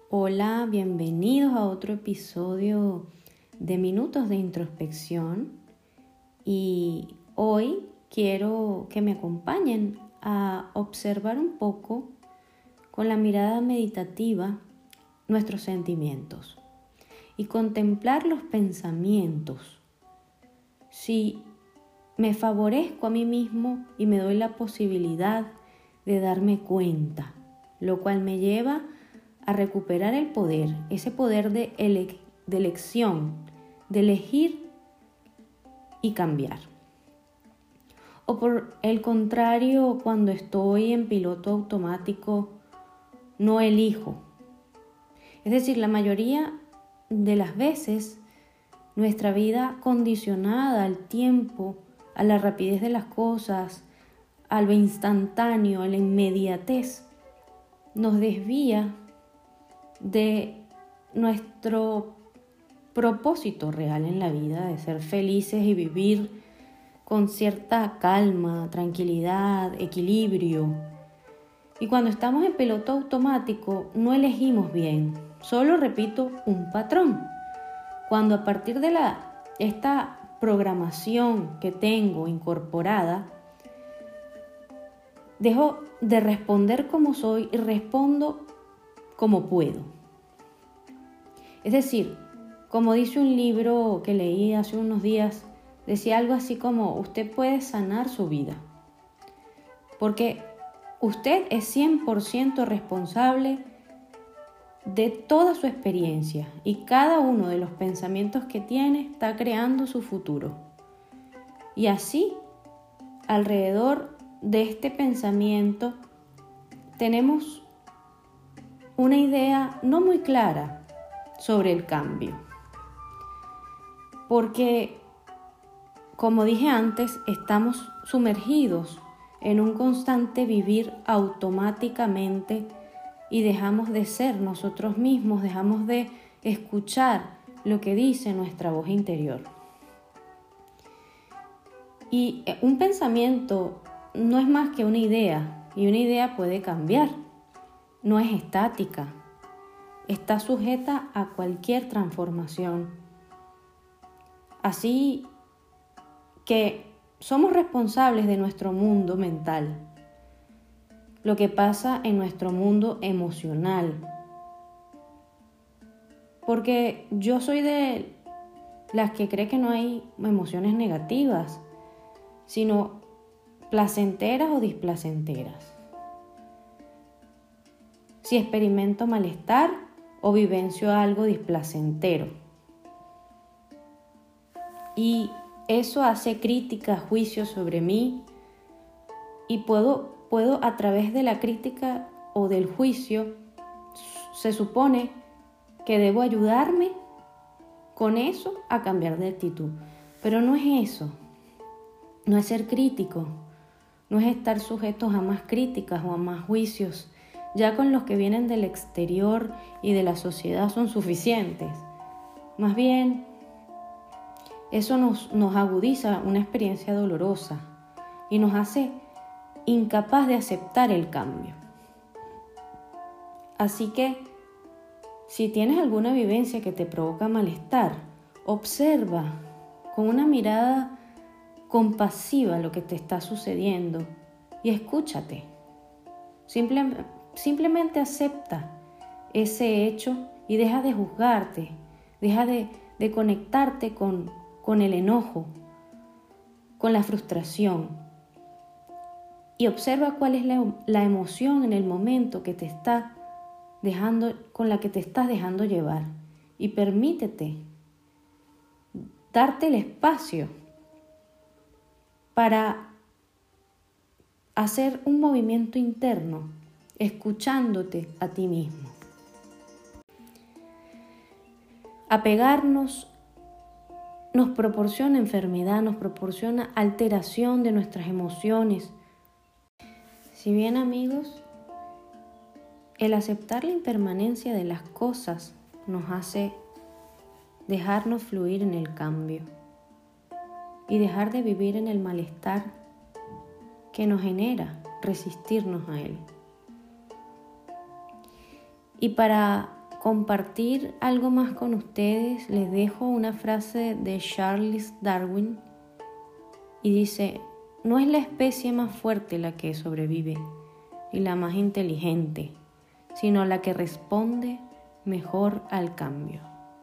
Hola, bienvenidos a otro episodio de Minutos de Introspección y hoy quiero que me acompañen a observar un poco con la mirada meditativa nuestros sentimientos y contemplar los pensamientos. Si me favorezco a mí mismo y me doy la posibilidad de darme cuenta, lo cual me lleva a recuperar el poder, ese poder de elección, de elegir y cambiar. O por el contrario, cuando estoy en piloto automático, no elijo. Es decir, la mayoría de las veces, nuestra vida condicionada al tiempo, a la rapidez de las cosas, a lo instantáneo, a la inmediatez, nos desvía de nuestro propósito real en la vida, de ser felices y vivir con cierta calma, tranquilidad, equilibrio. Y cuando estamos en piloto automático no elegimos bien, solo repito un patrón. Cuando a partir de esta programación que tengo incorporada, dejo de responder como soy y respondo como puedo. Es decir, como dice un libro que leí hace unos días, decía algo así como: usted puede sanar su vida, porque usted es 100% responsable de toda su experiencia y cada uno de los pensamientos que tiene está creando su futuro. Y así, alrededor de este pensamiento, tenemos una idea no muy clara sobre el cambio. Porque, como dije antes, estamos sumergidos en un constante vivir automáticamente y dejamos de ser nosotros mismos, dejamos de escuchar lo que dice nuestra voz interior. Y un pensamiento no es más que una idea, y una idea puede cambiar. No es estática, está sujeta a cualquier transformación. Así que somos responsables de nuestro mundo mental, lo que pasa en nuestro mundo emocional. Porque yo soy de las que cree que no hay emociones negativas, sino placenteras o displacenteras. Si experimento malestar o vivencio algo displacentero. Y eso hace crítica, juicio sobre mí, y puedo a través de la crítica o del juicio, se supone que debo ayudarme con eso a cambiar de actitud. Pero no es eso, no es ser crítico, no es estar sujetos a más críticas o a más juicios. Ya con los que vienen del exterior y de la sociedad son suficientes. Más bien, eso nos agudiza una experiencia dolorosa y nos hace incapaz de aceptar el cambio. Así que, si tienes alguna vivencia que te provoca malestar, observa con una mirada compasiva lo que te está sucediendo y escúchate. Simplemente acepta ese hecho y deja de juzgarte, deja de conectarte con el enojo, con la frustración, y observa cuál es la emoción en el momento que te está con la que te estás dejando llevar, y permítete darte el espacio para hacer un movimiento interno, escuchándote a ti mismo. Apegarnos nos proporciona enfermedad, nos proporciona alteración de nuestras emociones. Si bien, amigos, el aceptar la impermanencia de las cosas nos hace dejarnos fluir en el cambio y dejar de vivir en el malestar que nos genera resistirnos a él. Y para compartir algo más con ustedes, les dejo una frase de Charles Darwin y dice: no es la especie más fuerte la que sobrevive y la más inteligente, sino la que responde mejor al cambio.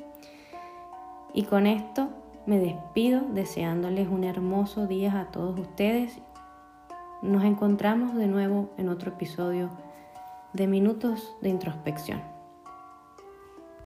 Y con esto me despido deseándoles un hermoso día a todos ustedes. Nos encontramos de nuevo en otro episodio de Minutos de Introspección.